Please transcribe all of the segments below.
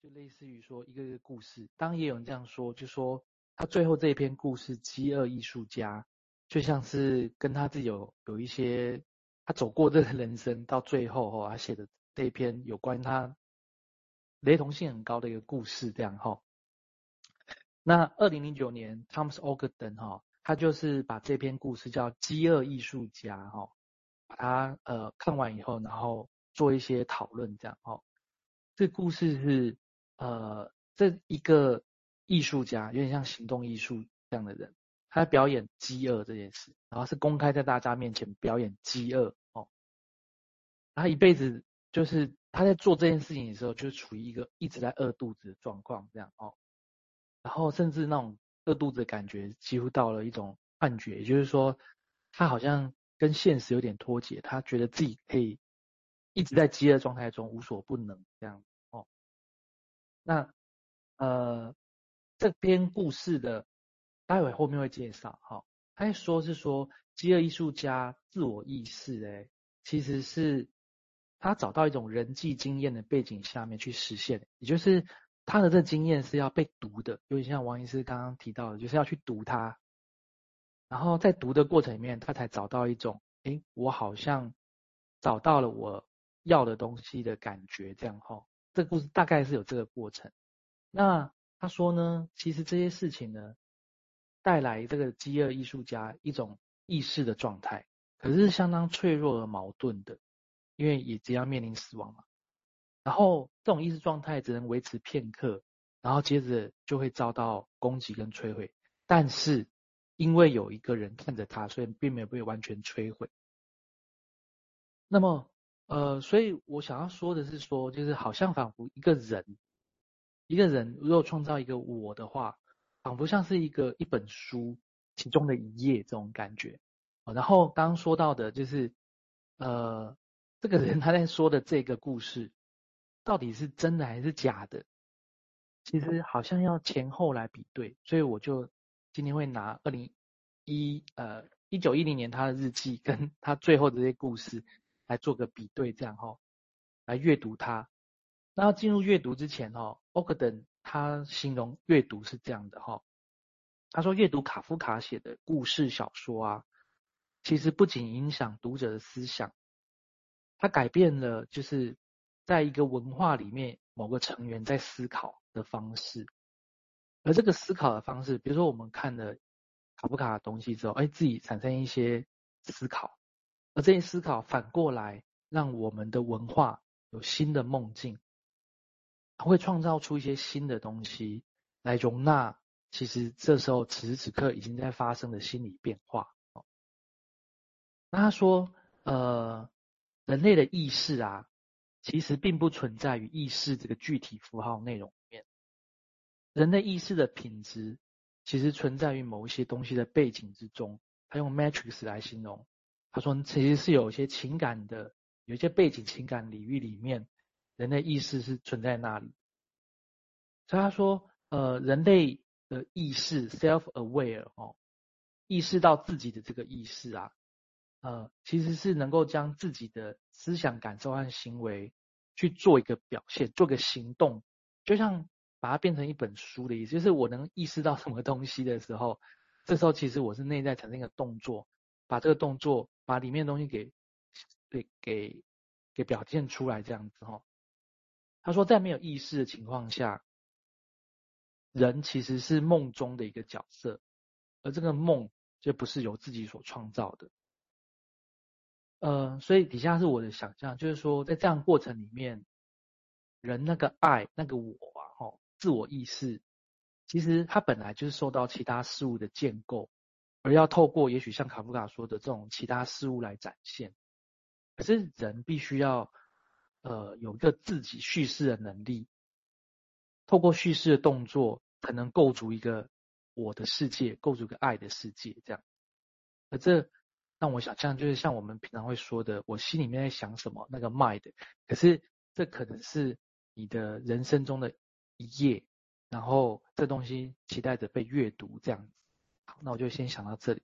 就类似于说一个一个故事。当然也有人这样说，就说他最后这一篇故事《饥饿艺术家》，就像是跟他自己有一些他走过这个人生到最后他写的这一篇有关他雷同性很高的一个故事这样那2009年 Thomas Ogden 他就是把这篇故事叫《饥饿艺术家》把它看完以后，然后做一些讨论这样这故事是这一个艺术家有点像行动艺术这样的人，他在表演饥饿这件事，然后是公开在大家面前表演饥饿他一辈子就是他在做这件事情的时候，就是处于一个一直在饿肚子的状况这样然后甚至那种饿肚子的感觉几乎到了一种幻觉，也就是说他好像跟现实有点脱节，他觉得自己可以一直在饥饿状态中无所不能这样那这篇故事的待会后面会介绍他在说是说饥饿艺术家自我意识其实是他找到一种人际经验的背景下面去实现，也就是他的这经验是要被读的，有点像王医师刚刚提到的，就是要去读它，然后在读的过程里面，他才找到一种，我好像找到了我要的东西的感觉，这样这个故事大概是有这个过程。那他说呢，其实这些事情呢，带来这个饥饿艺术家一种意识的状态，可是相当脆弱而矛盾的，因为也即将面临死亡嘛。然后这种意识状态只能维持片刻，然后接着就会遭到攻击跟摧毁。但是因为有一个人看着他，所以并没有被完全摧毁。那么所以我想要说的是说，就是好像仿佛一个人如果创造一个我的话，仿佛像是一本书其中的一页这种感觉。然后刚刚说到的就是这个人他在说的这个故事到底是真的还是假的，其实好像要前后来比对，所以我就今天会拿1910年他的日记跟他最后的这些故事来做个比对，这样来阅读它。那要进入阅读之前Ogden 他形容阅读是这样的他说阅读卡夫卡写的故事小说其实不仅影响读者的思想，它改变了就是在一个文化里面某个成员在思考的方式。而这个思考的方式，比如说我们看了卡夫卡的东西之后，自己产生一些思考，而这些思考反过来让我们的文化有新的梦境，会创造出一些新的东西来容纳其实这时候此时此刻已经在发生的心理变化。那他说，人类的意识其实并不存在于意识这个具体符号内容里面。人类意识的品质其实存在于某一些东西的背景之中。他用 matrix 来形容，他说其实是有一些情感的，有一些背景情感领域里面，人类意识是存在那里。所以他说，人类的意识 self-aware 意识到自己的这个意识其实是能够将自己的思想、感受和行为去做一个表现，做个行动，就像把它变成一本书的意思，就是我能意识到什么东西的时候，这时候其实我是内在产生一个动作，把这个动作，把里面的东西给表现出来，这样子他说，在没有意识的情况下，人其实是梦中的一个角色，而这个梦就不是由自己所创造的。所以底下是我的想象，就是说，在这样过程里面，人那个爱，那个我自我意识，其实它本来就是受到其他事物的建构，而要透过也许像卡夫卡说的这种其他事物来展现。可是人必须要有一个自己叙事的能力，透过叙事的动作，才能构筑一个我的世界，构筑一个爱的世界，这样。而这让我想象，就是像我们平常会说的，我心里面在想什么，那个 mind。可是这可能是你的人生中的一页，然后这东西期待着被阅读，这样子。好，那我就先想到这里。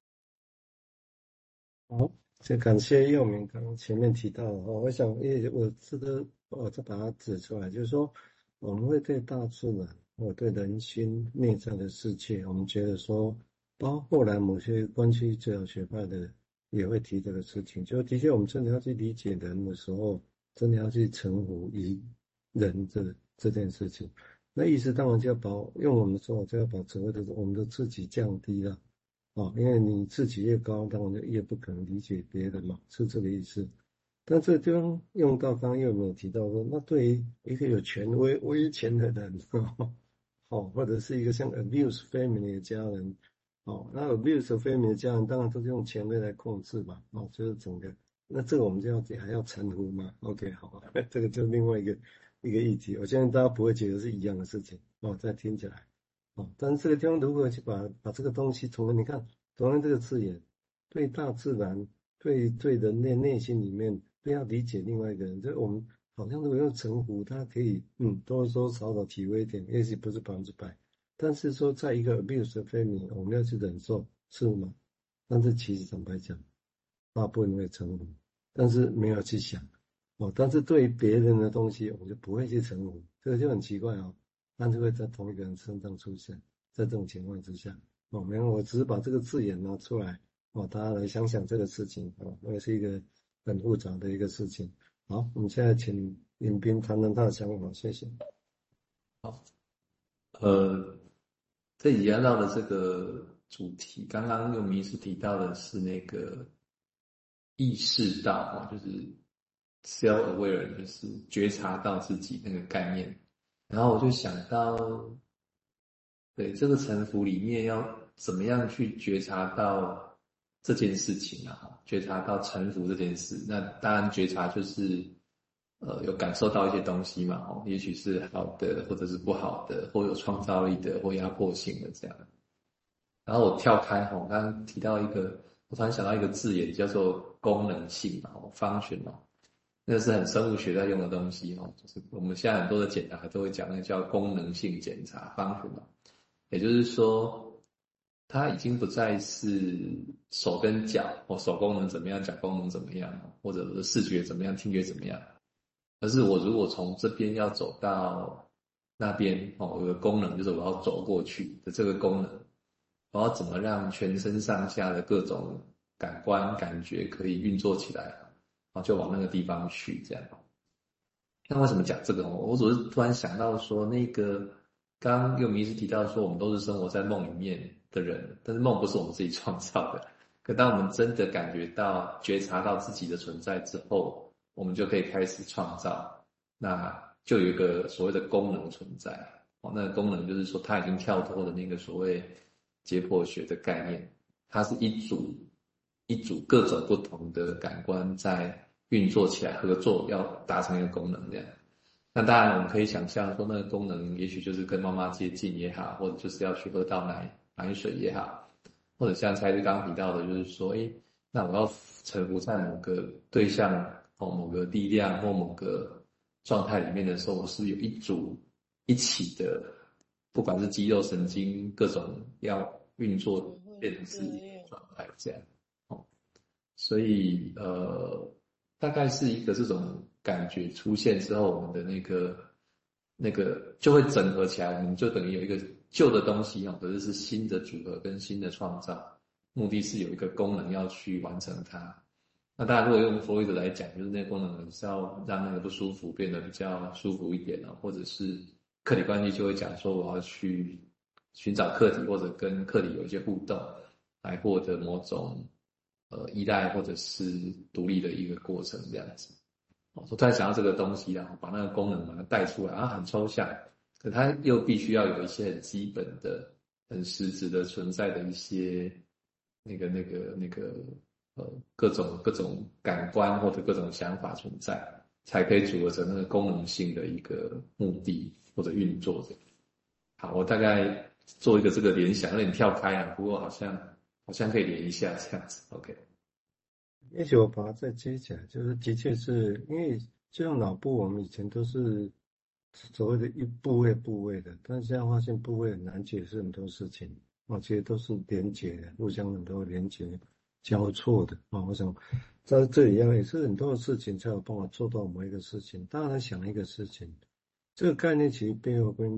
好，先感谢佑明刚刚前面提到的我想，因为我这个再把它指出来，就是说， 我们会对大自然或对人心内在的世界，我们觉得说，包括后来某些关系治疗学派的也会提这个事情，就的确我们真的要去理解人的时候，真的要去臣服于人这件事情。那意思当然就要把用我们的说法，就要把所谓的我们的自己降低了啊，因为你自己越高，当然就越不可能理解别人嘛，是这个意思。但这个地方用到刚刚又有没有提到说，那对于一个有威权的人，哦，或者是一个像 abuse family 的家人，哦，那 abuse family 的家人当然都是用权威来控制嘛，哦，就是整个，那这个我们就要还要臣服嘛？OK，好，这个就另外一个议题，我相信大家不会觉得是一样的事情哦，这样听起来，哦，但是这个地方如何去把这个东西从你看同样这个字眼，对大自然。对人类内心里面，都要理解另外一个人，就是我们好像如果用称呼，他可以多多少少体会一点，也许不是100%，但是说在一个 abuse 的 family，我们要去忍受，是吗？但是其实坦白讲，大部分人会称呼，但是没有去想哦。但是对于别人的东西，我们就不会去称呼，这个就很奇怪哦。但是会在同一个人身上出现，在这种情况之下，哦，没有，我只是把这个字眼拿出来。哦，大家来想想这个事情啊，那也是一个很复杂的一个事情。好，我们现在请尹斌谈谈他的想法，谢谢。 好，呃，这里要到的这个主题，刚刚有迷失提到的是那个意识到啊，就是 self aware，就是觉察到自己那个概念。然后我就想到，对这个沉浮里面要怎么样去觉察到这件事情啊？觉察到沉浮这件事，那当然觉察就是有感受到一些东西嘛，哦，也许是好的，或者是不好的，或有创造力的，或压迫性的这样。然后我跳开哈，我刚刚提到一个，我突然想到一个字眼叫做功能性嘛，function 哦，那个是很生物学在用的东西哦，就是我们现在很多的检查都会讲那个叫功能性检查 function 嘛，也就是说，它已经不再是手跟脚或手功能怎么样，脚功能怎么样，或者是视觉怎么样，听觉怎么样，而是我如果从这边要走到那边哦，有个功能就是我要走过去的这个功能。我要怎么让全身上下的各种感官感觉可以运作起来，然后就往那个地方去，这样。那为什么讲这个？我只是突然想到说，那个刚刚有迷失提到说，我们都是生活在梦里面的人，但是梦不是我们自己创造的。可当我们真的感觉到、觉察到自己的存在之后，我们就可以开始创造。那就有一个所谓的功能存在。哦，那个功能就是说，它已经跳脱了那个所谓解剖学的概念，它是一组各种不同的感官在运作起来合作，要达成一个功能这样。那当然，我们可以想象说，那个功能也许就是跟妈妈接近也好，或者就是要去喝到奶水也好，或者像才子刚刚提到的，就是说，诶，那我要臣服在某个对象或某个力量或某个状态里面的时候，我是有一组一起的，不管是肌肉、神经各种要运作变质状态这样。哦，所以大概是一个这种感觉出现之后，我们的那个就会整合起来，我们就等于有一个旧的东西哦，可是是新的组合跟新的创造，目的是有一个功能要去完成它。那当然，如果用弗洛伊德来讲，就是那个功能是要让那个不舒服变得比较舒服一点哦，或者是客体关系就会讲说我要去寻找客体或者跟客体有一些互动，来获得某种依赖或者是独立的一个过程这样子。我突然想到这个东西，然后把那个功能把它带出来啊，很抽象，可它又必须要有一些很基本的、很实质的存在的一些那个各种感官或者各种想法存在，才可以组合成那个功能性的一个目的或者运作的。好，我大概做一个这个联想，有点跳开啊，不过好像可以连一下这样子。OK。 也许我把它再接起来，就是的确是因为就像脑部，我们以前都是所谓的一部位的，但是现在发现部位很难解释很多事情，其实都是连结的，互相很多连结交错的啊。我想在这里也是很多的事情才有办法做到某一个事情。大家来想一个事情， 这个概念其实背后跟